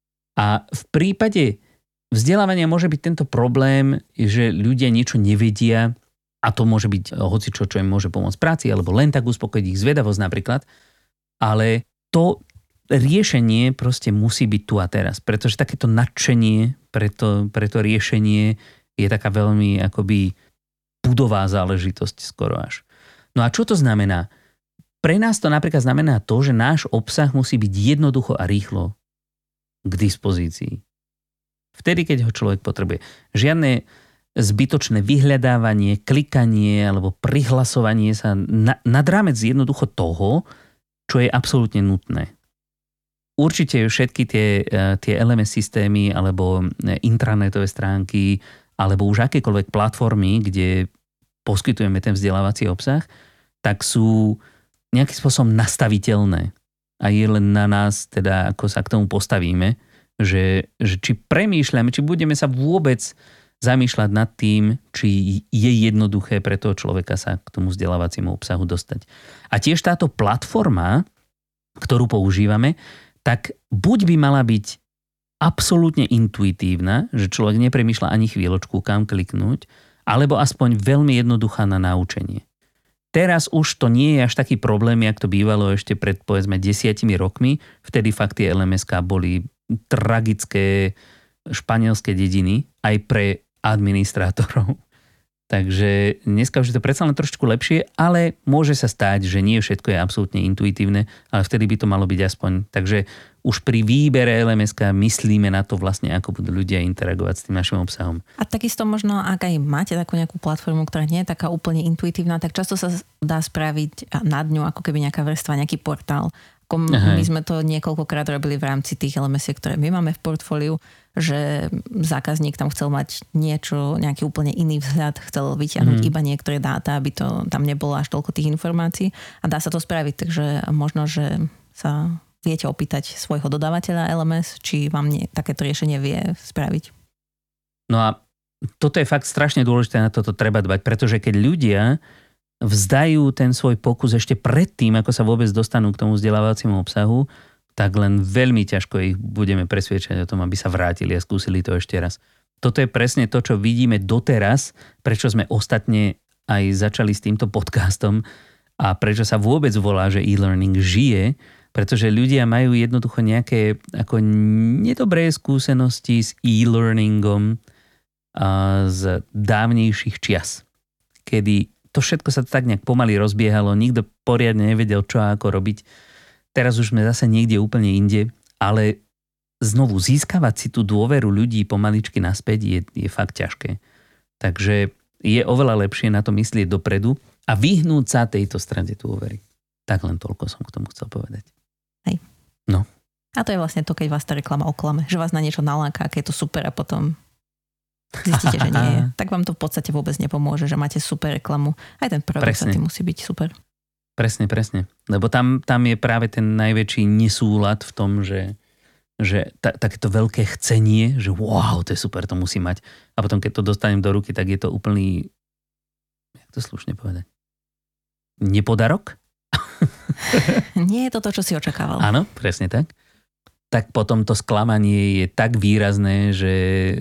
A v prípade vzdelávania môže byť tento problém, že ľudia niečo nevedia a to môže byť hocičo, čo im môže pomôcť v práci alebo len tak uspokojiť ich zvedavosť napríklad. Ale to riešenie proste musí byť tu a teraz, pretože takéto nadšenie pre to riešenie je taká veľmi akoby budová záležitosť skoro až. No a čo to znamená? Pre nás to napríklad znamená to, že náš obsah musí byť jednoducho a rýchlo k dispozícii. Vtedy, keď ho človek potrebuje. Žiadne zbytočné vyhľadávanie, klikanie alebo prihlasovanie sa nad rámec jednoducho toho, čo je absolútne nutné. Určite všetky tie LMS systémy alebo intranetové stránky alebo už akékoľvek platformy, kde poskytujeme ten vzdelávací obsah, tak sú nejakým spôsobom nastaviteľné. A je len na nás, teda ako sa k tomu postavíme, že či premýšľame, či budeme sa vôbec zamýšľať nad tým, či je jednoduché pre toho človeka sa k tomu vzdelávaciemu obsahu dostať. A tiež táto platforma, ktorú používame, tak buď by mala byť absolútne intuitívna, že človek nepremýšľa ani chvíľočku, kam kliknúť, alebo aspoň veľmi jednoduchá na naučenie. Teraz už to nie je až taký problém, jak to bývalo ešte pred povedzme 10 rokmi. Vtedy fakt tie LMS-ká boli tragické španielské dediny aj pre administrátorov. Takže dneska už je to predsa len trošku lepšie, ale môže sa stať, že nie všetko je absolútne intuitívne, ale vtedy by to malo byť aspoň. Takže už pri výbere LMS-ka myslíme na to vlastne, ako budú ľudia interagovať s tým našim obsahom. A takisto možno, ak aj máte takú nejakú platformu, ktorá nie je taká úplne intuitívna, tak často sa dá spraviť nad ňu ako keby nejaká vrstva, nejaký portál. My sme to niekoľkokrát robili v rámci tých LMS, ktoré my máme v portfóliu, že zákazník tam chcel mať niečo, nejaký úplne iný vzhľad, chcel vyťahnuť iba niektoré dáta, aby to tam nebolo až toľko tých informácií a dá sa to spraviť, takže možno, že sa viete opýtať svojho dodávateľa LMS, či vám takéto riešenie vie spraviť. No a toto je fakt strašne dôležité, na toto treba dbať, pretože keď ľudia vzdajú ten svoj pokus ešte predtým, ako sa vôbec dostanú k tomu vzdelávaciemu obsahu, tak len veľmi ťažko ich budeme presviečať o tom, aby sa vrátili a skúsili to ešte raz. Toto je presne to, čo vidíme doteraz, prečo sme ostatne aj začali s týmto podcastom a prečo sa vôbec volá, že e-learning žije, pretože ľudia majú jednoducho nejaké ako nedobré skúsenosti s e-learningom z dávnejších čias, kedy to všetko sa tak nejak pomaly rozbiehalo, nikto poriadne nevedel, čo a ako robiť. Teraz už sme zase niekde úplne inde, ale znovu získavať si tú dôveru ľudí pomaličky naspäť je fakt ťažké. Takže je oveľa lepšie na to myslieť dopredu a vyhnúť sa tejto strate dôvery. Tak len toľko som k tomu chcel povedať. Hej. No. A to je vlastne to, keď vás tá reklama oklame, že vás na niečo naláka, aké je to super a potom zistíte, že nie je. Tak vám to v podstate vôbec nepomôže, že máte super reklamu. Aj ten produkt sa tým musí byť super. Presne. Lebo tam je práve ten najväčší nesúlad v tom, že že takéto veľké chcenie, že wow, to je super, to musí mať. A potom, keď to dostanem do ruky, tak je to úplný, jak to slušne povedať, nepodarok? Nie je to čo si očakával. Áno, presne tak. Tak potom to sklamanie je tak výrazné, že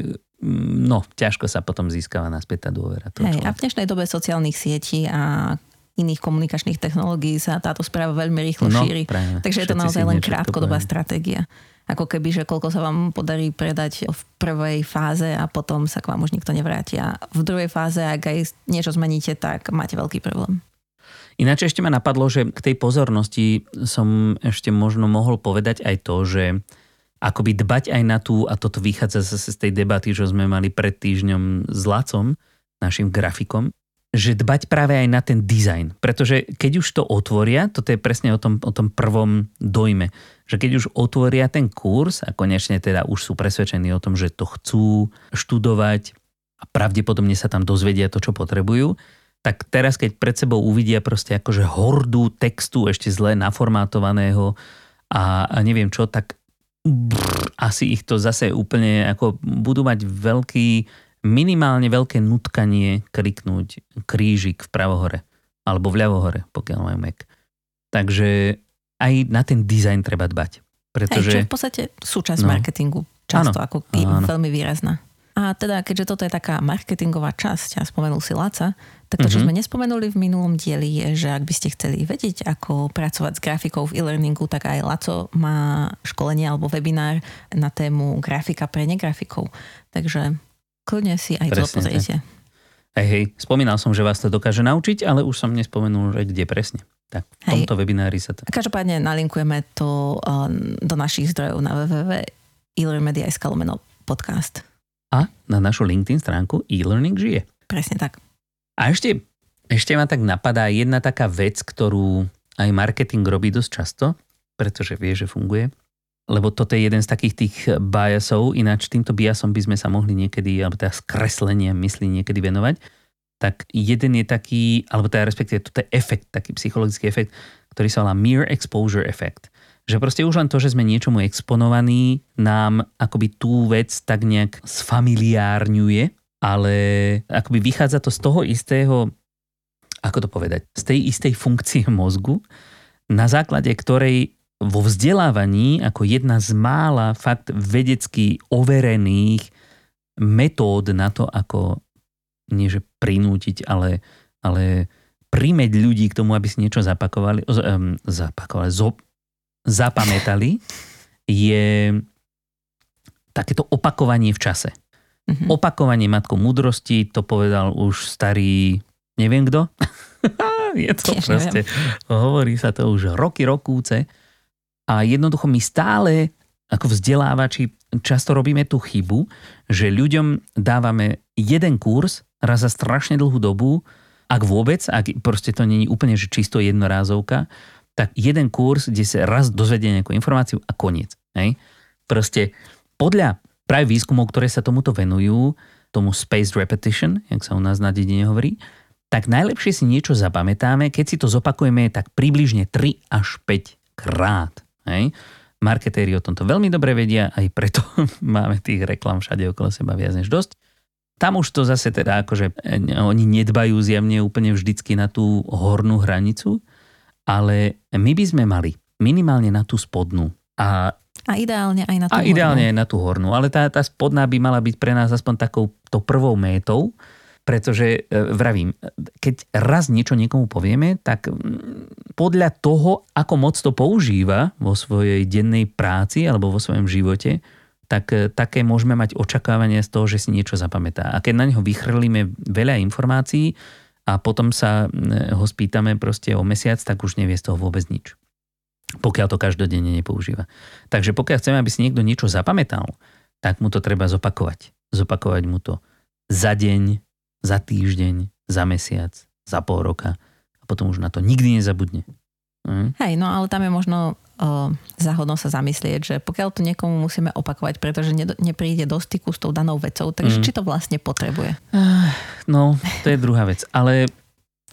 ťažko sa potom získava naspäť tá dôvera. A v dnešnej dobe sociálnych sietí a iných komunikačných technológií sa táto správa veľmi rýchlo šíri. Práve. Takže je to naozaj len krátkodobá stratégia. Ako keby, že koľko sa vám podarí predať v prvej fáze a potom sa k vám už nikto nevráti. A v druhej fáze, ak aj niečo zmeníte, tak máte veľký problém. Ináč ešte ma napadlo, že k tej pozornosti som ešte možno mohol povedať aj to, že akoby dbať aj na tú, a toto vychádza zase z tej debaty, čo sme mali pred týždňom s Lacom, našim grafikom, že dbať práve aj na ten dizajn. Pretože keď už to otvoria, toto je presne o tom prvom dojme, že keď už otvoria ten kurz a konečne teda už sú presvedčení o tom, že to chcú študovať a pravdepodobne sa tam dozvedia to, čo potrebujú, tak teraz, keď pred sebou uvidia proste akože hordu textu ešte zle naformátovaného a neviem čo, tak asi ich to zase úplne ako budú mať minimálne veľké nutkanie kliknúť krížik vpravo hore alebo vľavo hore, pokiaľ majú Mac. Takže aj na ten dizajn treba dbať. Pretože... Čo je v podstate súčasť marketingu. Často ako veľmi výrazná. A teda, keďže toto je taká marketingová časť, a spomenul si Laca, tak to, čo sme nespomenuli v minulom dieli, je, že ak by ste chceli vedieť, ako pracovať s grafikou v e-learningu, tak aj Laco má školenie alebo webinár na tému grafika pre negrafikov. Takže kľudne si aj to pozrite. Hej, spomínal som, že vás to dokáže naučiť, ale už som nespomenul, že kde presne. Tak v tomto webinári sa to... Každopádne nalinkujeme to do našich zdrojov na www.elearnmedia.sk/podcast. A na našu LinkedIn stránku e-learning žije. Presne tak. A ešte ma tak napadá jedna taká vec, ktorú aj marketing robí dosť často, pretože vie, že funguje. Lebo toto je jeden z takých tých biasov, ináč týmto biasom by sme sa mohli niekedy, alebo teda skreslenie myslí niekedy venovať. Tak jeden je taký, alebo teda respektíve toto je efekt, taký psychologický efekt, ktorý sa volá mere exposure effect. Že proste už len to, že sme niečomu exponovaní, nám akoby tú vec tak nejak sfamiliárňuje, ale akoby vychádza to z toho istého, ako to povedať, z tej istej funkcie mozgu, na základe ktorej vo vzdelávaní ako jedna z mála fakt vedecky overených metód na to, ako nie že prinútiť, ale primeť ľudí k tomu, aby si niečo zapamätali, je takéto opakovanie v čase. Opakovanie matkou múdrosti, to povedal už starý, neviem kto. Je to proste, hovorí sa to už rokúce. A jednoducho my stále, ako vzdelávači, často robíme tú chybu, že ľuďom dávame jeden kurz raz za strašne dlhú dobu, ak vôbec, ak proste to nie je úplne že čisto jednorázovka, tak jeden kurz, kde sa raz dozvedie nejakú informáciu a koniec. Hej? Proste podľa práve výskumov, ktoré sa tomuto venujú, tomu spaced repetition, jak sa u nás na dedine hovorí, tak najlepšie si niečo zapamätáme, keď si to zopakujeme tak približne 3 až 5 krát. Hej? Marketéri o tomto veľmi dobre vedia, aj preto máme tých reklam všade okolo seba viac než dosť. Tam už to zase teda akože oni nedbajú zjavne úplne vždycky na tú hornú hranicu, ale my by sme mali minimálne na tú spodnú. A ideálne aj na tú hornú. A ideálne aj na tú hornú, ale tá spodná by mala byť pre nás aspoň takou to prvou métou, pretože vravím, keď raz niečo niekomu povieme, tak podľa toho, ako moc to používa vo svojej dennej práci alebo vo svojom živote, tak také môžeme mať očakávania z toho, že si niečo zapamätá. A keď na neho vychrlíme veľa informácií a potom sa ho spýtame proste o mesiac, tak už nevie z toho vôbec nič. Pokiaľ to každodenne nepoužíva. Takže pokiaľ chceme, aby si niekto niečo zapamätal, tak mu to treba zopakovať. Zopakovať mu to za deň, za týždeň, za mesiac, za pol roka a potom už na to nikdy nezabudne. Hej, no ale tam je možno záhodno sa zamyslieť, že pokiaľ to niekomu musíme opakovať, pretože nepríde do styku s tou danou vecou, takže či to vlastne potrebuje? No, to je druhá vec. Ale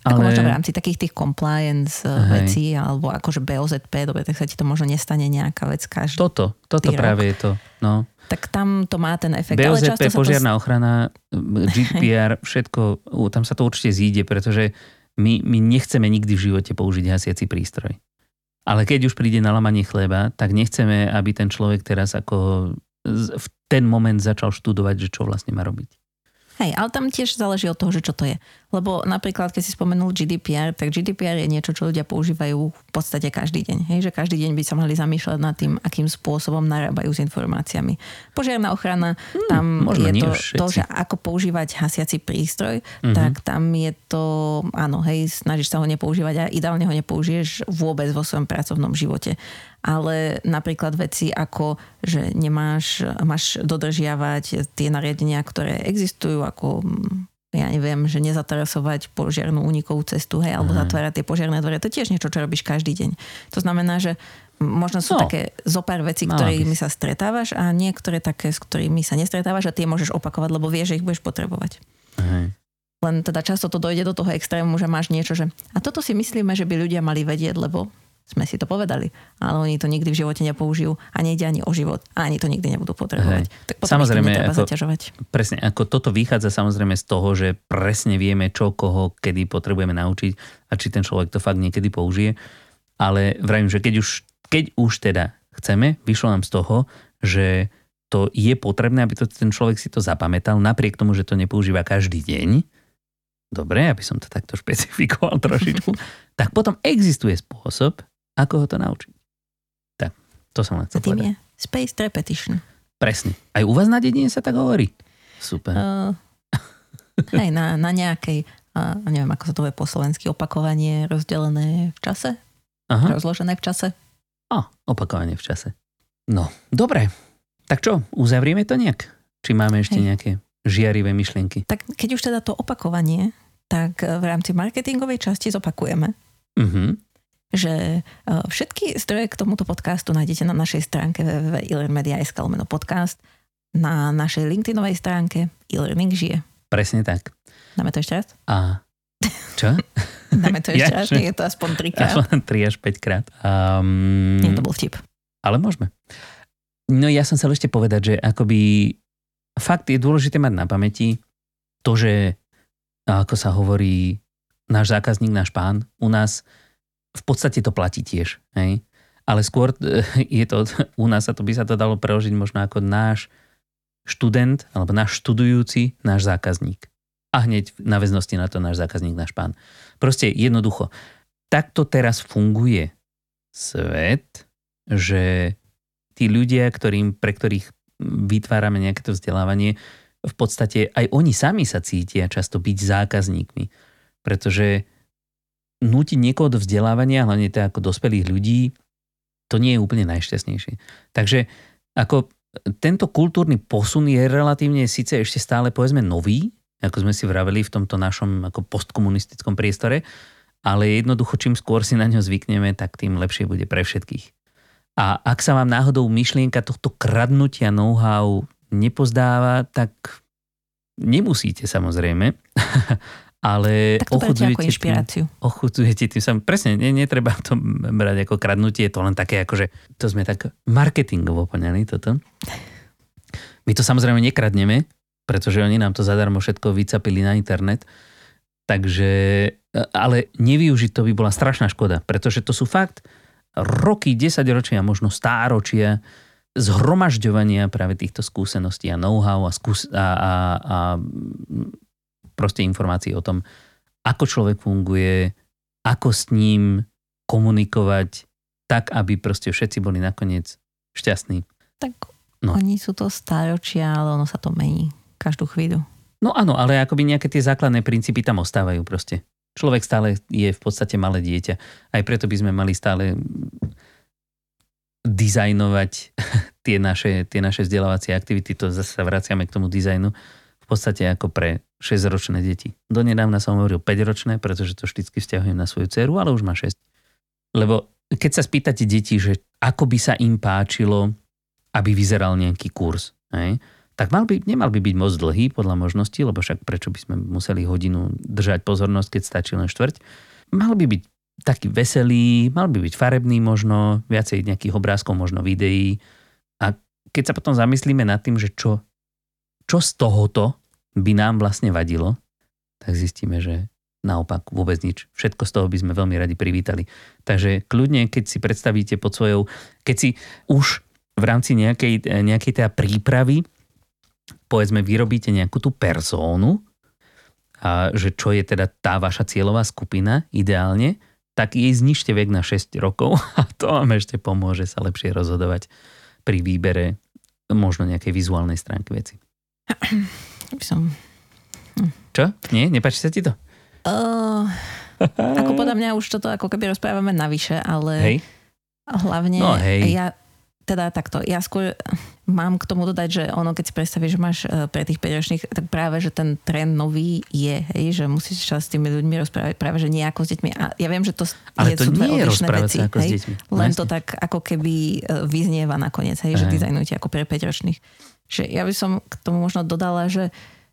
Ako možno v rámci takých tých compliance vecí, alebo akože BOZP, dobre, tak sa ti to možno nestane nejaká vec každý Toto práve je to, no. Tak tam to má ten efekt. BOZP, požiarna ochrana, GDPR, všetko, tam sa to určite zíde, pretože my nechceme nikdy v živote použiť hasiaci prístroj. Ale keď už príde na lamanie chleba, tak nechceme, aby ten človek teraz ako v ten moment začal študovať, že čo vlastne má robiť. Hej, ale tam tiež záleží od toho, že čo to je. Lebo napríklad, keď si spomenul GDPR, tak GDPR je niečo, čo ľudia používajú v podstate každý deň. Hej, že každý deň by sa mali zamýšľať nad tým, akým spôsobom narábajú s informáciami. Požiarna ochrana, tam je to, že ako používať hasiaci prístroj, tak tam je to, áno, hej, snažíš sa ho nepoužívať a ideálne ho nepoužiješ vôbec vo svojom pracovnom živote. Ale napríklad veci ako, že máš dodržiavať tie nariadenia, ktoré existujú, ako ja neviem, že nezatarasovať požiarnú únikovú cestu, hej, alebo zatvárať tie požiarne dvere. To je tiež niečo, čo robíš každý deň. To znamená, že možno sú také zopár vecí, ktorými sa stretávaš a niektoré také, s ktorými sa nestretávaš a tie môžeš opakovať, lebo vieš, že ich budeš potrebovať. Len teda často to dojde do toho extrému, že máš niečo, že a toto si myslíme, že by ľudia mali vedieť, lebo sme si to povedali, ale oni to nikdy v živote nepoužijú a nejde ani o život a ani to nikdy nebudú potrebovať. Tak potom samozrejme, ich netreba zaťažovať. Presne, ako toto vychádza samozrejme z toho, že presne vieme, čo, koho, kedy potrebujeme naučiť a či ten človek to fakt niekedy použije. Ale vravím, že keď už teda chceme, vyšlo nám z toho, že to je potrebné, aby ten človek si to zapamätal, napriek tomu, že to nepoužíva každý deň. Dobre, aby som to takto špecifikoval trošičku. Tak potom existuje spôsob, ako ho to naučiť. Tak, to som len chcel povedať. Tým je spaced repetition. Presne. Aj u vás na dedine sa tak hovorí? Super. Hej, na nejakej, neviem, ako sa to vie po slovensky, opakovanie rozdelené v čase? Rozložené v čase? Opakovanie v čase. No, dobre. Tak čo, uzavrieme to nejak? Či máme ešte nejaké žiarivé myšlienky? Tak keď už teda to opakovanie, tak v rámci marketingovej časti zopakujeme. Že všetky zdroje k tomuto podcastu nájdete na našej stránke www.elearnmedia.sk/podcast, na našej LinkedInovej stránke e-learning žije. Presne tak. Dáme to ešte raz? Čo? Dáme to ešte raz, nie je to aspoň 3-krát. Aspoň 3 až 5 krát. Nie, to bol vtip. Ale môžeme. No ja som chcel ešte povedať, že akoby fakt je dôležité mať na pamäti to, že ako sa hovorí, náš zákazník, náš pán, u nás v podstate to platí tiež. Hej? Ale skôr je to, u nás to by sa to dalo preložiť možno ako náš študent, alebo náš študujúci, náš zákazník. A hneď v náväznosti na to náš zákazník, náš pán. Proste jednoducho. Takto teraz funguje svet, že tí ľudia, pre ktorých vytvárame nejaké to vzdelávanie, v podstate aj oni sami sa cítia často byť zákazníkmi. Pretože nútiť niekoho do vzdelávania, hlavne to ako dospelých ľudí, to nie je úplne najšťastnejšie. Takže ako tento kultúrny posun je relatívne síce ešte stále povedzme nový, ako sme si vraveli v tomto našom ako postkomunistickom priestore, ale jednoducho čím skôr si na ňo zvykneme, tak tým lepšie bude pre všetkých. A ak sa vám náhodou myšlienka tohto kradnutia know-how nepozdáva, tak nemusíte samozrejme, ale ochudzujete tým sa. Presne, netreba to brať ako kradnutie, je to len také akože, to sme tak marketingovo poňali toto. My to samozrejme nekradneme, pretože oni nám to zadarmo všetko vycapili na internet, takže, ale nevyužiť to by bola strašná škoda, pretože to sú fakt roky, 10 ročia, možno stáročia zhromažďovania práve týchto skúseností a know-how a proste informácií o tom, ako človek funguje, ako s ním komunikovať tak, aby proste všetci boli nakoniec šťastní. Tak oni sú to stáročia, ale ono sa to mení každú chvíľu. No áno, ale akoby nejaké tie základné princípy tam ostávajú proste. Človek stále je v podstate malé dieťa. Aj preto by sme mali stále dizajnovať tie naše vzdelávacie aktivity. To zase sa vraciame k tomu dizajnu. V podstate ako pre 6-ročné deti. Donedávna som hovoril 5-ročné, pretože to vždycky vzťahujem na svoju dceru, ale už má 6. Lebo keď sa spýtate deti, že ako by sa im páčilo, aby vyzeral nejaký kurz, hej, tak nemal by byť moc dlhý podľa možností, lebo však prečo by sme museli hodinu držať pozornosť, keď stačí len štvrť. Mal by byť taký veselý, mal by byť farebný možno, viacej nejakých obrázkov, možno videí. A keď sa potom zamyslíme nad tým, že čo z tohoto by nám vlastne vadilo, tak zistíme, že naopak vôbec nič. Všetko z toho by sme veľmi radi privítali. Takže kľudne, keď si predstavíte pod svojou, keď si už v rámci nejakej teda prípravy, povedzme, vyrobíte nejakú tú persónu, a že čo je teda tá vaša cieľová skupina ideálne, tak jej znižte vek na 6 rokov a to vám ešte pomôže sa lepšie rozhodovať pri výbere možno nejakej vizuálnej stránky veci. Čo? Nie? Nepáči sa ti to? Ako podľa mňa už toto ako keby rozprávame navyše, ale hej. Hlavne ja teda takto, ja skôr mám k tomu dodať, že ono, keď si predstavíš, že máš pre tých 5-ročných, tak práve, že ten trend nový je, že musíš čas s tými ľuďmi rozprávať, práve, že nie ako s deťmi. A ja viem, že to sú dve odlišné veci. Ako s deťmi. Len to tak ako keby vyznieva nakoniec, že dizajnujete ako pre 5-ročných. Že ja by som k tomu možno dodala, že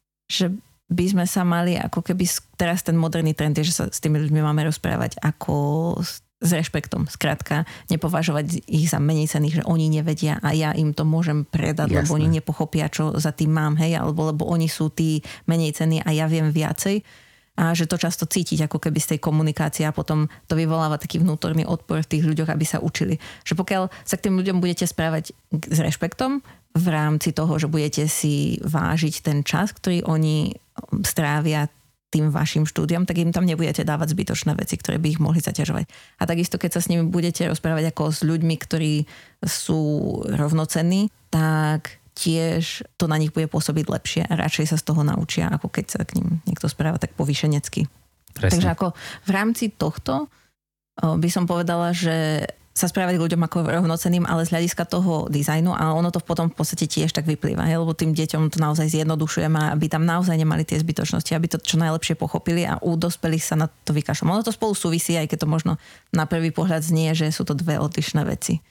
by sme sa mali ako keby, teraz ten moderný trend je, že sa s tými ľuďmi máme rozprávať ako s rešpektom. Skrátka, nepovažovať ich za menej cenných, že oni nevedia a ja im to môžem predať, lebo oni nepochopia, čo za tým mám, alebo lebo oni sú tí menej cenní a ja viem viacej. A že to často cítiť ako keby z tej komunikácie a potom to vyvoláva taký vnútorný odpor v tých ľuďoch, aby sa učili. Že pokiaľ sa k tým ľuďom budete správať s rešpektom v rámci toho, že budete si vážiť ten čas, ktorý oni strávia tým vašim štúdiom, tak im tam nebudete dávať zbytočné veci, ktoré by ich mohli zaťažovať. A takisto, keď sa s nimi budete rozprávať ako s ľuďmi, ktorí sú rovnocenní, tak tiež to na nich bude pôsobiť lepšie a radšej sa z toho naučia, ako keď sa k ním niekto správa tak povýšenecky. Takže ako v rámci tohto by som povedala, že sa správať k ľuďom ako rovnocenným, ale z hľadiska toho dizajnu a ono to potom v podstate tiež tak vyplýva, lebo tým deťom to naozaj zjednodušujeme, aby tam naozaj nemali tie zbytočnosti, aby to čo najlepšie pochopili a u dospelých sa na to vykašľú. Ono to spolu súvisí, aj keď to možno na prvý pohľad znie, že sú to dve odlišné veci.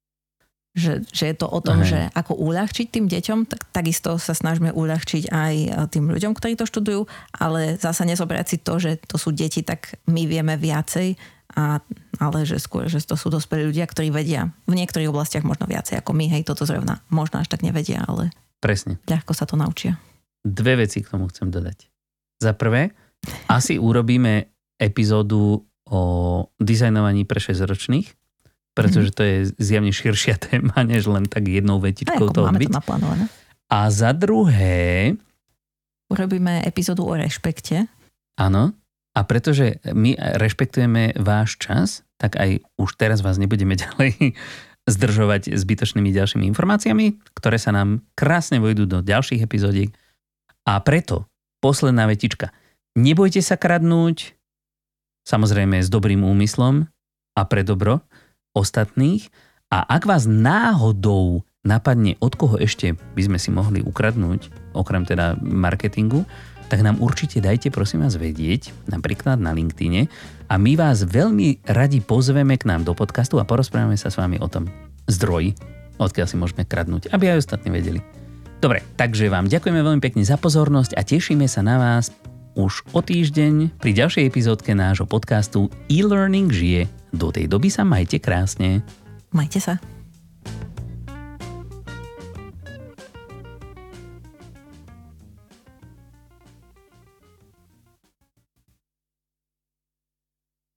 Že je to o tom, že ako uľahčiť tým deťom, tak takisto sa snažíme uľahčiť aj tým ľuďom, ktorí to študujú, ale zasa nezobrať si to, že to sú deti, tak my vieme viacej, ale že skôr, že to sú dospelí ľudia, ktorí vedia v niektorých oblastiach možno viacej ako my, toto zrovna možno až tak nevedia, ale presne. Ľahko sa to naučia. Dve veci k tomu chcem dodať. Za prvé, asi urobíme epizódu o dizajnovaní pre 6-ročných, pretože to je zjavne širšia téma, než len tak jednou vetičkou to odbiť. Máme to naplánované. A za druhé... urobíme epizódu o rešpekte. Áno. A pretože my rešpektujeme váš čas, tak aj už teraz vás nebudeme ďalej zdržovať zbytočnými ďalšími informáciami, ktoré sa nám krásne vojdú do ďalších epizódiek. A preto posledná vetička. Nebojte sa kradnúť, samozrejme s dobrým úmyslom a pre dobro ostatných. A ak vás náhodou napadne, od koho ešte by sme si mohli ukradnúť, okrem teda marketingu, tak nám určite dajte, prosím vás, vedieť, napríklad na LinkedIne a my vás veľmi radi pozveme k nám do podcastu a porozprávame sa s vami o tom zdroji, odkiaľ si môžeme kradnúť, aby aj ostatní vedeli. Dobre, takže vám ďakujeme veľmi pekne za pozornosť a tešíme sa na vás už o týždeň pri ďalšej epizódke nášho podcastu E-Learning žije. Do tej doby sa majte krásne. Majte sa.